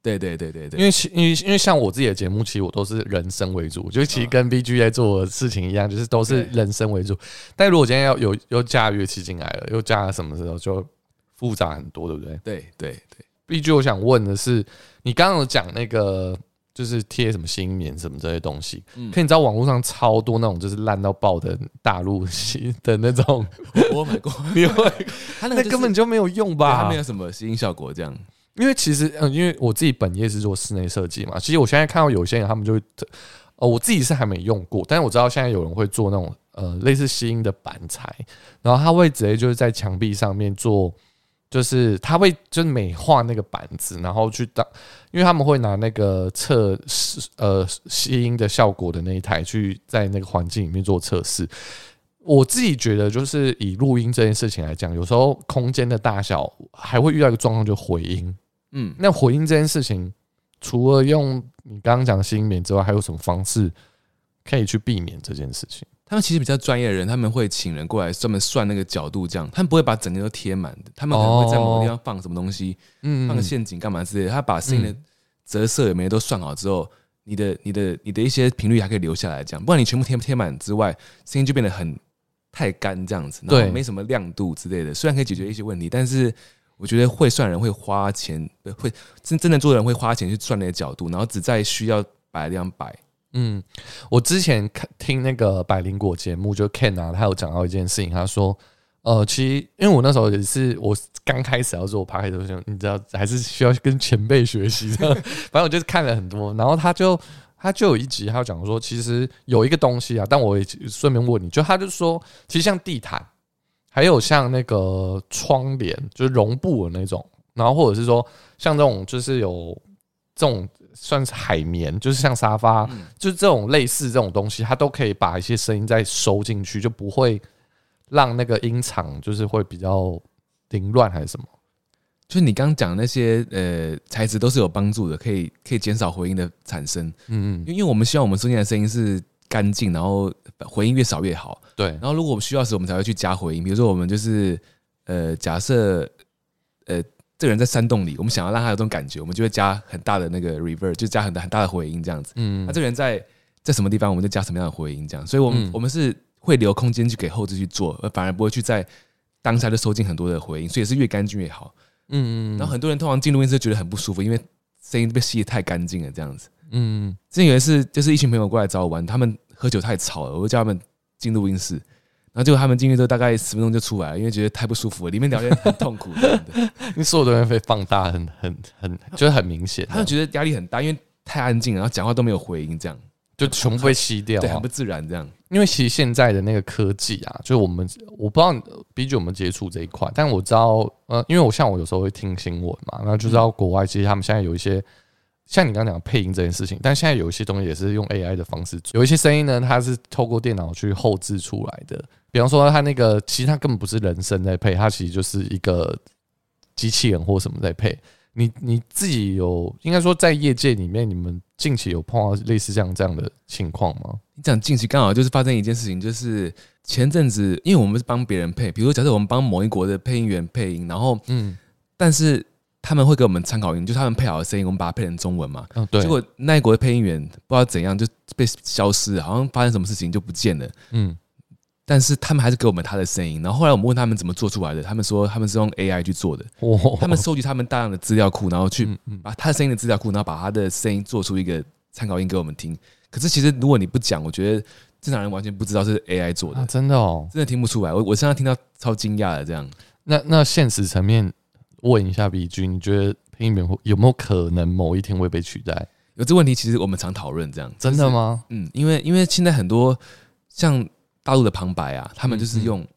对对对对对， 因为像我自己的节目，其实我都是人声为主，就其实跟 BG 在做的事情一样，就是都是人声为主。但如果今天又加乐器进来了，又加了什么时候就复杂很多，对不对？ 对对对。BG 我想问的是，你刚刚有讲那个就是贴什么新棉什么这些东西，可你知道网络上超多那种就是烂到爆的大陆的那种， 我买过， 你会他那根本就没有用吧？ 它没有什么吸音效果这样。 因为其实，因为我自己本业是做室内设计嘛，其实我现在看到有些人他们就会，我自己是还没用过，但是我知道现在有人会做那种类似吸音的板材，然后他会直接就是在墙壁上面做，就是他会就是美化那个板子，然后去当，因为他们会拿那个吸音的效果的那一台去在那个环境里面做测试。我自己觉得，就是以录音这件事情来讲，有时候空间的大小还会遇到一个状况，就是回音。那回音这件事情，除了用你刚刚讲的吸音棉之外，还有什么方式可以去避免这件事情？ 他们其实比较专业的人，他们会请人过来专门算那个角度，这样他们不会把整个都贴满的，他们可能会在某个地方放什么东西，放个陷阱干嘛之类的。他把声音的折射有没有都算好之后，你的一些频率还可以留下来，这样不然你全部贴满之外，声音就变得太干这样子，然后没什么亮度之类的。虽然可以解决一些问题，但是我觉得会算人会花钱，会真正做的人会花钱去算那个角度，然后只在需要摆的地方摆。 我之前听那个百灵果节目，就 Ken 啊，他有讲到一件事情，他说，其实因为我那时候也是我刚开始要做 podcast 的时候，你知道还是需要跟前辈学习的，反正我就是看了很多，然后他就有一集他讲说，其实有一个东西啊，但我也顺便问你，就他就说，其实像地毯，还有像那个窗帘，就是绒布的那种，然后或者是说像这种就是有这种算是海绵，就是像沙发，就是这种类似这种东西，它都可以把一些声音再收进去，就不会让那个音场就是会比较凌乱还是什么。 就是你刚刚讲的那些材质都是有帮助的，可以减少回音的产生。因为我们希望我们收进来的声音是干净，然后回音越少越好。对。然后如果我们需要时，我们才会去加回音。比如说我们就是假设这个人在山洞里，我们想要让他有这种感觉，我们就会加很大的那个 reverb， 就加很大的回音这样子。那这个人在什么地方，我们就加什么样的回音这样。所以我们是会留空间去给后置去做，而反而不会去在当下就收进很多的回音，所以也是越干净越好。然后很多人通常进录音室觉得很不舒服，因为声音被吸得太干净了这样子。之前有一次就是一群朋友过来找我玩，他们喝酒太吵了，我就叫他们进录音室，然后结果他们进去之后大概10分钟就出来了，因为觉得太不舒服了，里面聊天很痛苦的。 你所有东西被放大，就是很明显， 他们觉得压力很大，因为太安静了，然后讲话都没有回音，这样就全部被吸掉， 对，很不自然这样。 因为其实现在的那个科技啊，就是我不知道 BG 有没有接触这一块，但我知道，因为我有时候会听新闻嘛，然后就知道国外其实他们现在有一些像你刚刚讲的配音这件事情，但现在有一些东西也是用 AI 的方式，有一些声音呢，它是透过电脑去后制出来的。比方说，它那个其实它根本不是人声在配，它其实就是一个机器人或什么在配。你自己应该说在业界里面，你们近期有碰到类似这样的情况吗？ 你讲近期刚好就是发生一件事情，就是前阵子，因为我们是帮别人配，比如说假设我们帮某一国的配音员配音，然后但是他们会给我们参考音，就是他们配好的声音，我们把它配成中文嘛。对。结果那一国的配音员不知道怎样就被消失了，好像发生什么事情就不见了。但是他们还是给我们他的声音，然后后来我们问他们怎么做出来的，他们说他们是用 AI 去做的。他们收集他们大量的资料库，然后去把他的声音的资料库，然后把他的声音做出一个参考音给我们听。可是其实如果你不讲，我觉得正常人完全不知道是 AI 做的。 真的哦， 真的听不出来。我现在听到超惊讶的这样。 那现实层面问一下 BG， 你觉得配音员有没有可能某一天会被取代？ 有这个问题，其实我们常讨论这样。 真的吗？ 因为现在很多像大陆的旁白啊，他们就是用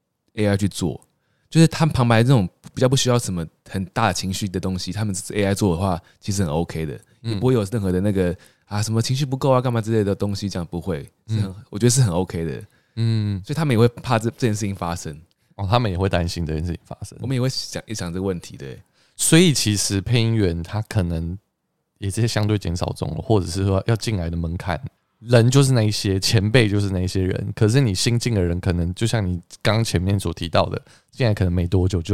AI 去做，就是他们旁白这种比较不需要什么很大的情绪的东西，他们是 AI 做的话，其实很 OK 的，也不会有任何的那个什么情绪不够啊，干嘛之类的东西，这样不会，我觉得是很 OK 的。所以他们也会怕这件事情发生。 他们也会担心这件事情发生， 我们也会想这个问题的。 所以其实配音员他可能也是相对减少中了，或者是说要进来的门槛。人就是那一些前辈，就是那些人。可是你新进的人，可能就像你刚刚前面所提到的，进来可能没多久就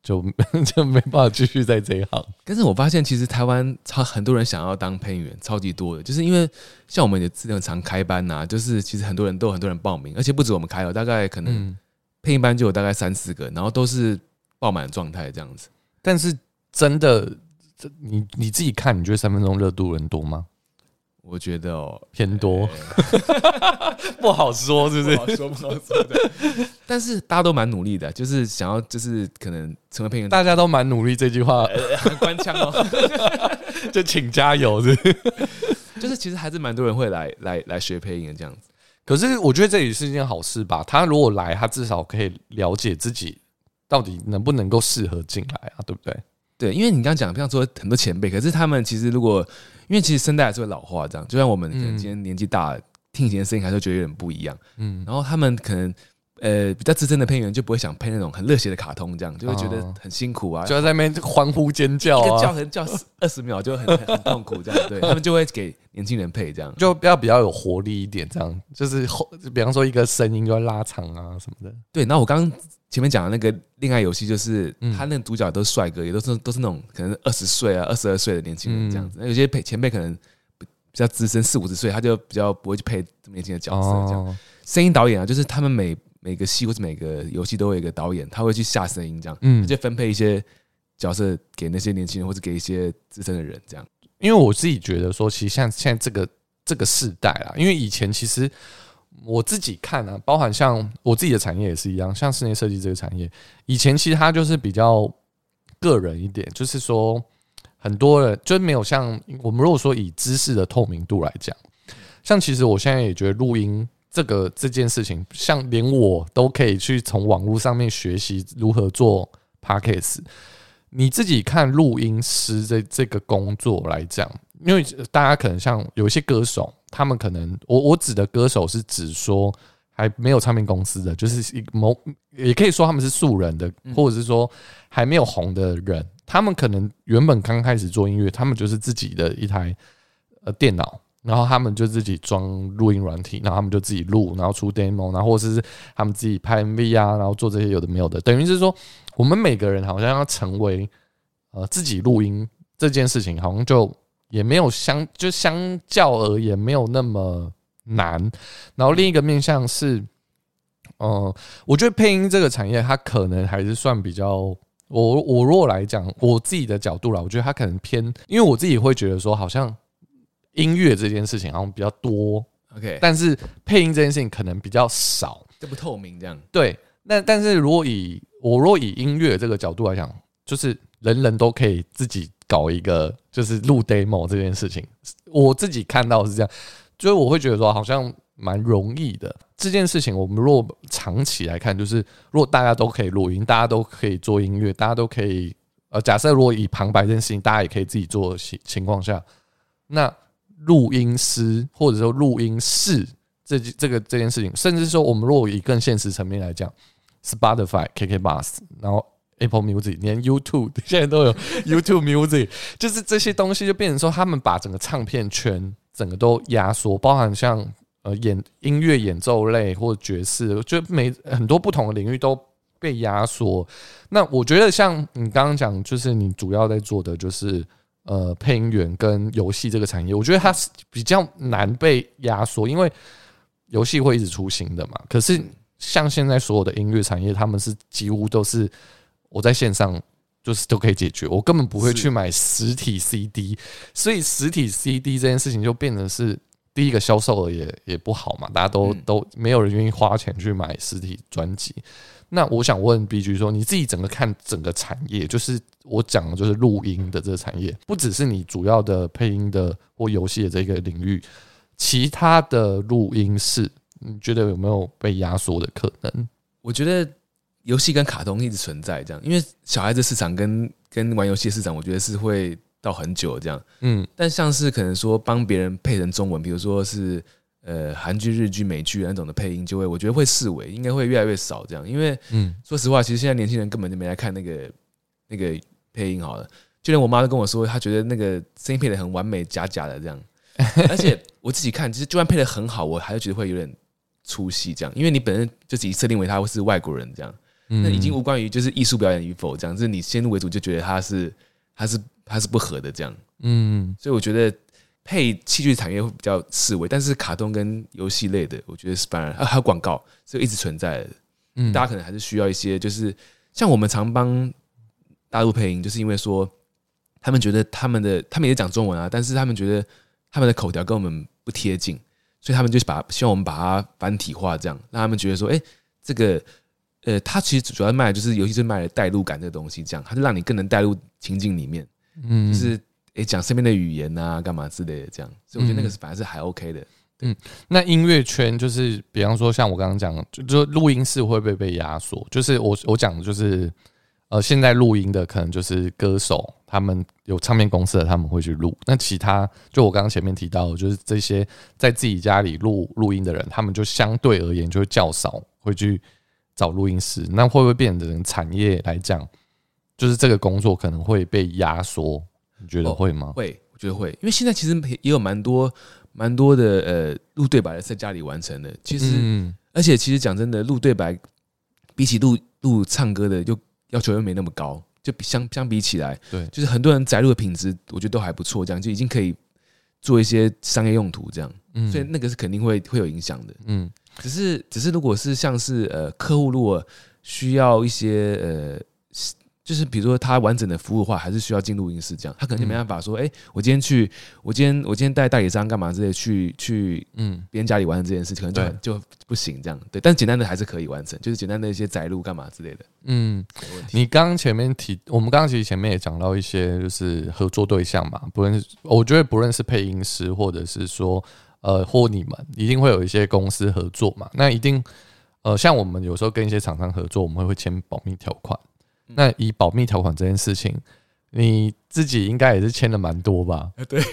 就没办法继续在这一行。 但是我发现其实台湾很多人想要当配音员，超级多的，就是因为像我们也之前常开班啊，就是其实很多人报名，而且不止我们开了，大概可能配音班就有大概3-4个，然后都是爆满状态这样子。 但是真的，你自己看，你觉得3分钟热度人多吗？ 我觉得偏多，不好说，是不是？ 不好说的。但是大家都蛮努力的，就是想要，就是可能成为配音员， 大家都蛮努力。这句话很官腔哦， 就请加油，是不是？ 就是其实还是蛮多人会来学配音的这样子。 可是我觉得这也是一件好事吧。他如果来，他至少可以了解自己到底能不能够适合进来啊，对不对？ 对，因为你刚刚讲，像说很多前辈，可是他们其实如果，因为其实声带还是会老化，这样，就像我们可能今天年纪大了，听以前的声音还是会觉得有点不一样。然后他们可能比较资深的配音员就不会想配那种很热血的卡通，这样就会觉得很辛苦啊， 就在那边欢呼尖叫啊， 一个叫可能叫20秒就很痛苦这样。对，他们就会给年轻人配这样， 就要比较有活力一点，这样就是比方说一个声音就要拉长啊什么的。 对，然后我刚刚前面讲的那个恋爱游戏，就是他那个主角都是帅哥，也都是那种可能20岁啊、22岁的年轻人这样子。那有些前辈可能比较资深，40-50岁，他就比较不会去配这么年轻的角色。这样，声音导演啊，就是他们每个戏或是每个游戏都有一个导演，他会去下声音，这样，他就分配一些角色给那些年轻人，或者给一些资深的人，这样。 因为我自己觉得说，其实像现在这个世代啊，因为以前其实我自己看啊，包含像我自己的产业也是一样，像室内设计这个产业，以前其实它就是比较个人一点，就是说很多人就没有像我们如果说以知识的透明度来讲，像其实我现在也觉得录音这件事情，像连我都可以去从网络上面学习如何做 podcast。你自己看录音师这个工作来讲，因为大家可能像有一些歌手，他们可能我指的歌手是指说还没有唱片公司的，就是也可以说他们是素人的，或者是说还没有红的人，他们可能原本刚开始做音乐，他们就是自己的一台电脑。然后他们就自己装录音软体，然后他们就自己录，然后出 demo， 然后或者是他们自己拍 MV 啊，然后做这些有的没有的，等于是说，我们每个人好像要成为自己录音这件事情，好像就也没有相较而言没有那么难。然后另一个面向是，我觉得配音这个产业，它可能还是算比较。我如果来讲我自己的角度啦，我觉得它可能偏，因为我自己会觉得说，好像音乐这件事情好像比较多 ，OK， 但是配音这件事情可能比较少， 这不透明这样。 对，但是如果以音乐这个角度来讲，就是人人都可以自己搞一个，就是录 demo 这件事情，我自己看到是这样，就是我会觉得说好像蛮容易的。这件事情我们如果长期来看，就是如果大家都可以录音，大家都可以做音乐，大家都可以假设如果以旁白这件事情，大家也可以自己做的情况下，那录音师或者说录音室这件事情，甚至说我们如果以更现实层面来讲 ，Spotify、KKBOX， 然后 Apple Music， 连 YouTube 现在都有 YouTube Music， 就是这些东西就变成说，他们把整个唱片圈整个都压缩，包含像音乐演奏类或者爵士，就很多不同的领域都被压缩。那我觉得像你刚刚讲，就是你主要在做的就是配音员跟游戏这个产业，我觉得它是比较难被压缩，因为游戏会一直出新的嘛。可是像现在所有的音乐产业，他们是几乎都是我在线上就是都可以解决，我根本不会去买实体 CD， 所以实体 CD 这件事情就变成是第一个销售额也不好嘛，大家都没有人愿意花钱去买实体专辑。那我想问 BG 说，你自己整个看整个产业，就是我讲的就是录音的这个产业，不只是你主要的配音的或游戏的这个领域，其他的录音室，你觉得有没有被压缩的可能？ 我觉得游戏跟卡通一直存在这样，因为小孩子市场跟玩游戏的市场，我觉得是会到很久这样。但像是可能说帮别人配成中文，比如说是韩剧、日剧、美剧那种的配音，我觉得会式微，应该会越来越少这样。因为说实话，其实现在年轻人根本就没来看那个配音好了。就连我妈都跟我说，她觉得那个声音配得很完美，假的这样。而且我自己看，其实就算配得很好，我还是觉得会有点出戏这样，因为你本身就自己设定为他是外国人这样。 那已经无关于就是艺术表演与否这样，就是你先入为主就觉得它是不合的这样。所以我觉得配器具产业会比较式微，但是卡通跟游戏类的，我觉得是反而还有广告是一直存在的。大家可能还是需要一些，就是像我们常帮大陆配音，就是因为说他们觉得他们也讲中文啊，但是他们觉得他们的口条跟我们不贴近，所以他们就希望我们把它繁体化，这样让他们觉得说，这个它其实主要卖的就是游戏是卖的代入感这个东西，这样它就让你更能带入情境里面，就是讲身边的语言啊，干嘛之类的这样，所以我觉得那个反而是还 OK 的。 那音乐圈就是比方说像我刚刚讲，就录音室会不会被压缩？就是我讲的就是现在录音的可能就是歌手，他们有唱片公司的他们会去录，那其他就我刚刚前面提到的，就是这些在自己家里录音的人，他们就相对而言就会较少会去找录音师，那会不会变成产业来讲，就是这个工作可能会被压缩？你觉得会吗？ 会，我觉得会，因为现在其实也有蛮多的录对白的在家里完成的。其实，而且其实讲真的，录对白比起录唱歌的，就要求又没那么高，就相比起来，对，就是很多人载入的品质，我觉得都还不错，这样就已经可以做一些商业用途这样。所以那个是肯定会有影响的。只是如果是像是客户如果需要一些就是比如说他完整的服务的话，还是需要进录音室这样，他可能就没办法说，我今天带代理商干嘛之类去别人家里完成这件事，可能就不行这样。对，但简单的还是可以完成，就是简单的一些载入干嘛之类的。 你刚刚前面我们刚刚其实前面也讲到一些就是合作对象嘛，我觉得不论是配音师或者是说或你们一定会有一些公司合作嘛，那一定像我们有时候跟一些厂商合作，我们会签保密条款。那以保密条款这件事情，你自己应该也是签了蛮多吧？ 对。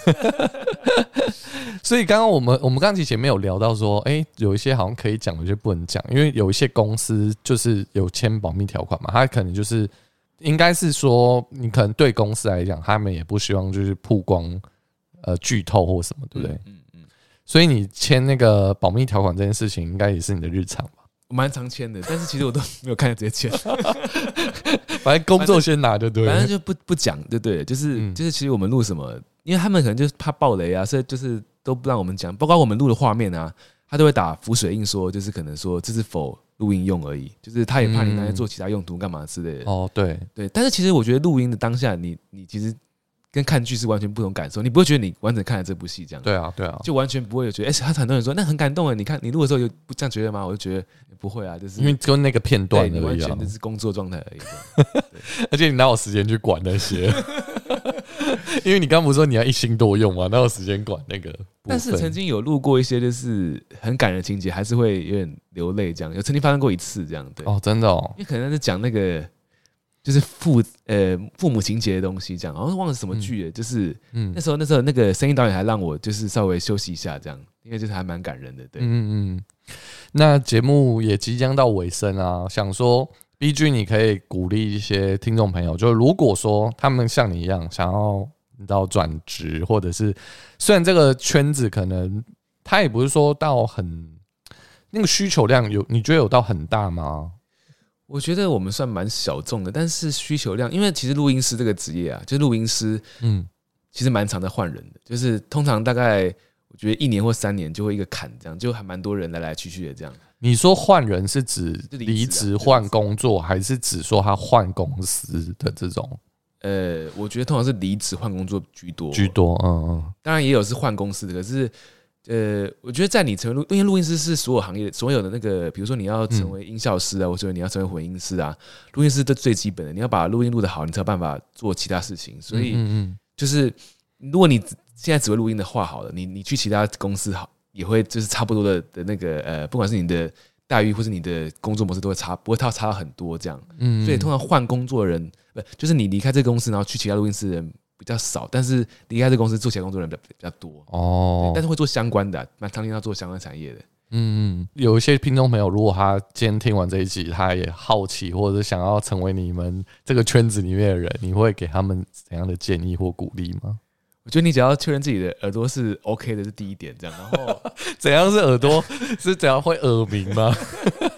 所以刚刚我们刚刚其实前面有聊到说，有一些好像可以讲，有些不能讲，因为有一些公司就是有签保密条款嘛，它可能就是应该是说，你可能对公司来讲，他们也不希望就是曝光剧透或什么，对不对？所以你签那个保密条款这件事情，应该也是你的日常吧？ 我蛮常签的，但是其实我都没有看直接签， 反正工作先拿就对了， 反正就不讲就对了，就是其实我们录什么，因为他们可能就是怕爆雷啊，所以就是都不让我们讲，包括我们录的画面啊，他都会打浮水印说，就是可能说这是否录音用而已，就是他也怕你拿来做其他用途干嘛之类的。 哦，对， 但是其实我觉得录音的当下，你其实跟看剧是完全不同感受，你不会觉得你完整看了这部戏这样。 对啊， 就完全不会有觉得，他很多人说那很感动啊，你看你录的时候有不这样觉得吗？我就觉得不会啊，就是因为只有那个片段而已， 你完全就是工作状态而已。 而且你哪有时间去管那些？因为你刚不是说你要一心多用吗？哪有时间管那个？ 但是曾经有录过一些就是很感人的情节，还是会有点流泪，这样有曾经发生过一次这样。对哦，真的哦， 因为可能是讲那个就是父母情节的东西，这样好像忘了什么剧了，就是那时候那个声音导演还让我就是稍微休息一下，这样，因为就是还蛮感人的。对， 那节目也即将到尾声啊，想说 BG 你可以鼓励一些听众朋友，就如果说他们像你一样想要转职，或者是虽然这个圈子可能他也不是说到很那个需求量你觉得有到很大吗？ 我觉得我们算蛮小众的，但是需求量，因为其实录音师这个职业啊，就是录音师，其实蛮常在换人的，就是通常大概我觉得1年或3年就会一个坎，这样就还蛮多人来来去去的这样。 你说换人是指离职换工作，还是指说他换公司的这种？ 我觉得通常是离职换工作居多，当然也有是换公司的，可是。我觉得在你成为因为录音师是所有行业所有的那个，比如说你要成为音效师啊，或者你要成为混音师啊，录音师的最基本的，你要把录音录得好，你才有办法做其他事情。所以就是如果你现在只会录音的话，好了，你去其他公司好也会就是差不多的那个不管是你的待遇或是你的工作模式都会不会差到很多这样。所以通常换工作的人就是你离开这个公司，然后去其他录音室的人比较少，但是离开这公司做其他工作的人比较多哦。但是会做相关的，蛮常听到做相关产业的。 有一些听众朋友，如果他今天听完这一集，他也好奇或者想要成为你们这个圈子里面的人，你会给他们怎样的建议或鼓励吗？ 我觉得你只要确认自己的耳朵是 OK 的，是第一点，这样。然后怎样是耳朵？是怎样会耳鸣吗？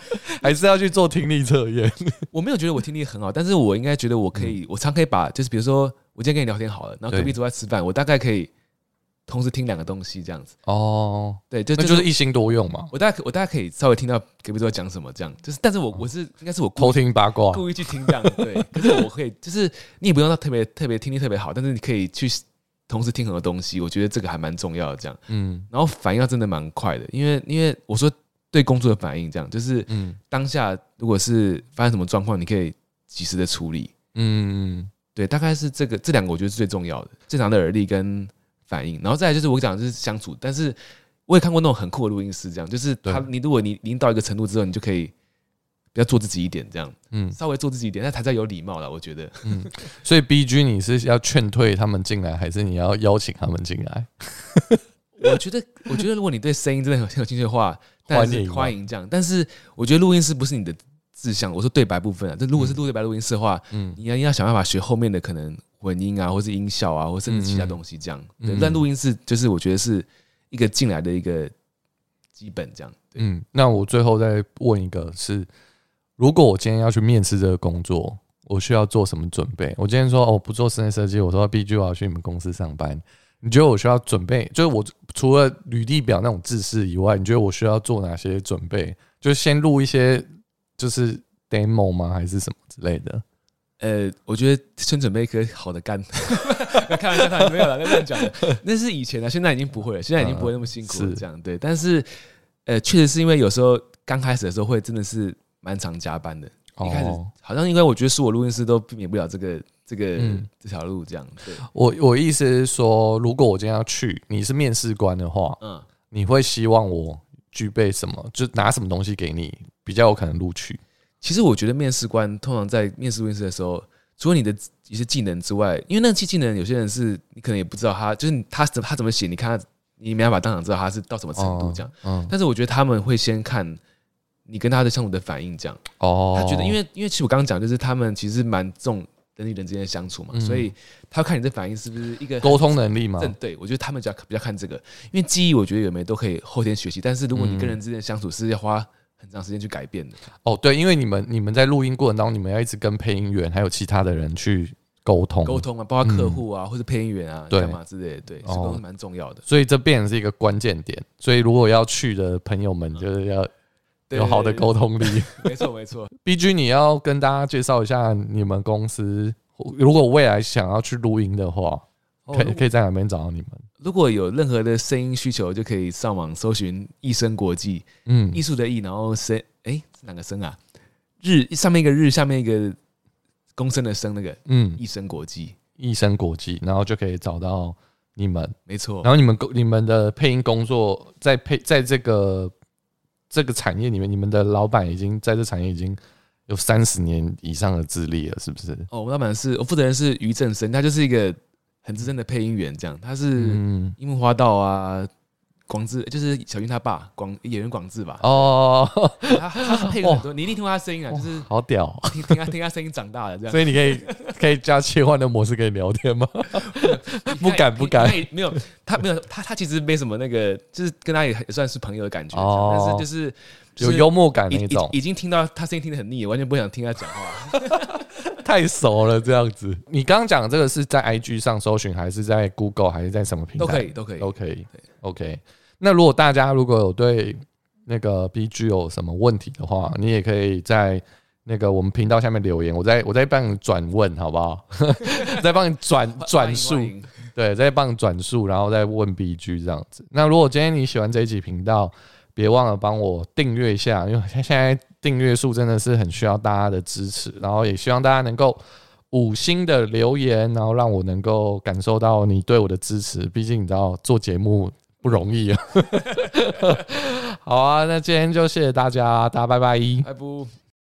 还是要去做听力测验？ 我没有觉得我听力很好，但是我应该觉得我可以，我常可以把，就是比如说我今天跟你聊天好了，然后隔壁桌在吃饭，我大概可以同时听2个东西这样子。 哦， 对， 那就是一心多用嘛。 我大概可以稍微听到隔壁桌在讲什么这样，就是，但是我是应该是我偷听八卦， 故意去听这样。对，可是我可以，就是你也不用到特别听力特别好，但是你可以去同时听很多东西，我觉得这个还蛮重要的这样。然后反应要真的蛮快的，因为我说对工作的反应这样，就是当下如果是发生什么状况，你可以及时的处理。对，大概是这2个我觉得是最重要的，正常的耳力跟反应，然后再来就是我讲的就是相处，但是我也看过那种很酷的录音师，这样就是如果你已经到一个程度之后，你就可以比较做自己一点，这样，稍微做自己一点，那才叫有礼貌啦，我觉得。 所以 BG 你是要劝退他们进来，还是你要邀请他们进来？ 我觉得如果你对声音真的很有兴趣的话，欢迎这样。但是我觉得录音师不是你的志向，我说对白部分啊，这如果是对白录音师的话，你要想办法学后面的可能混音啊，或是音效啊，或甚至其他东西这样。对，但录音室就是我觉得是一个进来的一个基本这样。 那我最后再问一个是，如果我今天要去面试这个工作，我需要做什么准备？我今天说我不做室内设计，我说 BG 我要去你们公司上班，你觉得我需要准备？就是我除了履历表那种制式以外，你觉得我需要做哪些准备？就是先录一些就是 demo 吗？还是什么之类的？ 我觉得先准备一颗好的肝。开玩笑，没有啦，那乱讲的。那是以前啊，现在已经不会了，现在已经不会那么辛苦了，这样对。但是确实是因为有时候刚开始的时候会真的是蛮常加班的。一开始好像因为我觉得是我录音师都避免不了这条路这样。对， 我意思是说，如果我今天要去，你是面试官的话，你会希望我具备什么？就拿什么东西给你比较有可能录取？ 其实我觉得面试官通常在面试录音师的时候，除了你的一些技能之外，因为那个技能有些人是你可能也不知道就是他怎么写，你看你没办法当场知道他是到什么程度这样。但是我觉得他们会先看你跟他的相处的反应这样。他觉得因为其实我刚刚讲就是他们其实蛮重人与人之间的相处嘛，所以他看你的反应是不是一个沟通能力嘛？ 对，我觉得他们比较看这个，因为记忆我觉得有没有都可以后天学习，但是如果你跟人之间的相处是要花很长时间去改变的。对，因为你们在录音过程当中，你们要一直跟配音员还有其他的人去沟通啊，包括客户啊，或者配音员啊，干嘛之类的，对，这都是蛮重要的。所以这变成是一个关键点。所以如果要去的朋友们，就是要有好的沟通力。 没错。 BG， 你要跟大家介绍一下你们公司，如果未来想要去录音的话，可以在哪边找到你们？ 如果有任何的声音需求，就可以上网搜寻艺声国际，艺术的艺，然后声，是哪个声啊？日上面一个日，下面一个公声的声，那个艺声国际，然后就可以找到你们， 没错。 然后你们的配音工作在这个产业里面，你们的老板已经在这产业已经有30年以上的资历了，是不是？ 我负责人是于正生，他就是一个很资深的配音员，这样他是樱木花道啊，广志就是小云他爸演员广志吧。他配了很多，你一定听过他声音啊，就是好屌， 听他声音长大的这样。 所以你可以加切换的模式可以聊天吗？不敢， 没有，他其实没什么那个，就是跟他也算是朋友的感觉，但是就是有幽默感那种， 已经听到他声音听得很腻，完全不想听他讲话。 太熟了这样子。你刚刚讲的这个是在 IG 上搜寻，还是在 Google， 还是在什么平台？ 都可以。 OK。那如果大家有对那个 BG 有什么问题的话，你也可以在那个我们频道下面留言，我再帮你转问，好不好？再帮你转述，对，再帮你转述，然后再问 BG 这样子。那如果今天你喜欢这一集频道，别忘了帮我订阅一下，因为现在订阅数真的是很需要大家的支持，然后也希望大家能够5星的留言，然后让我能够感受到你对我的支持。毕竟你知道做节目不容易啊。好啊，那今天就谢谢大家，大家拜拜。 拜拜。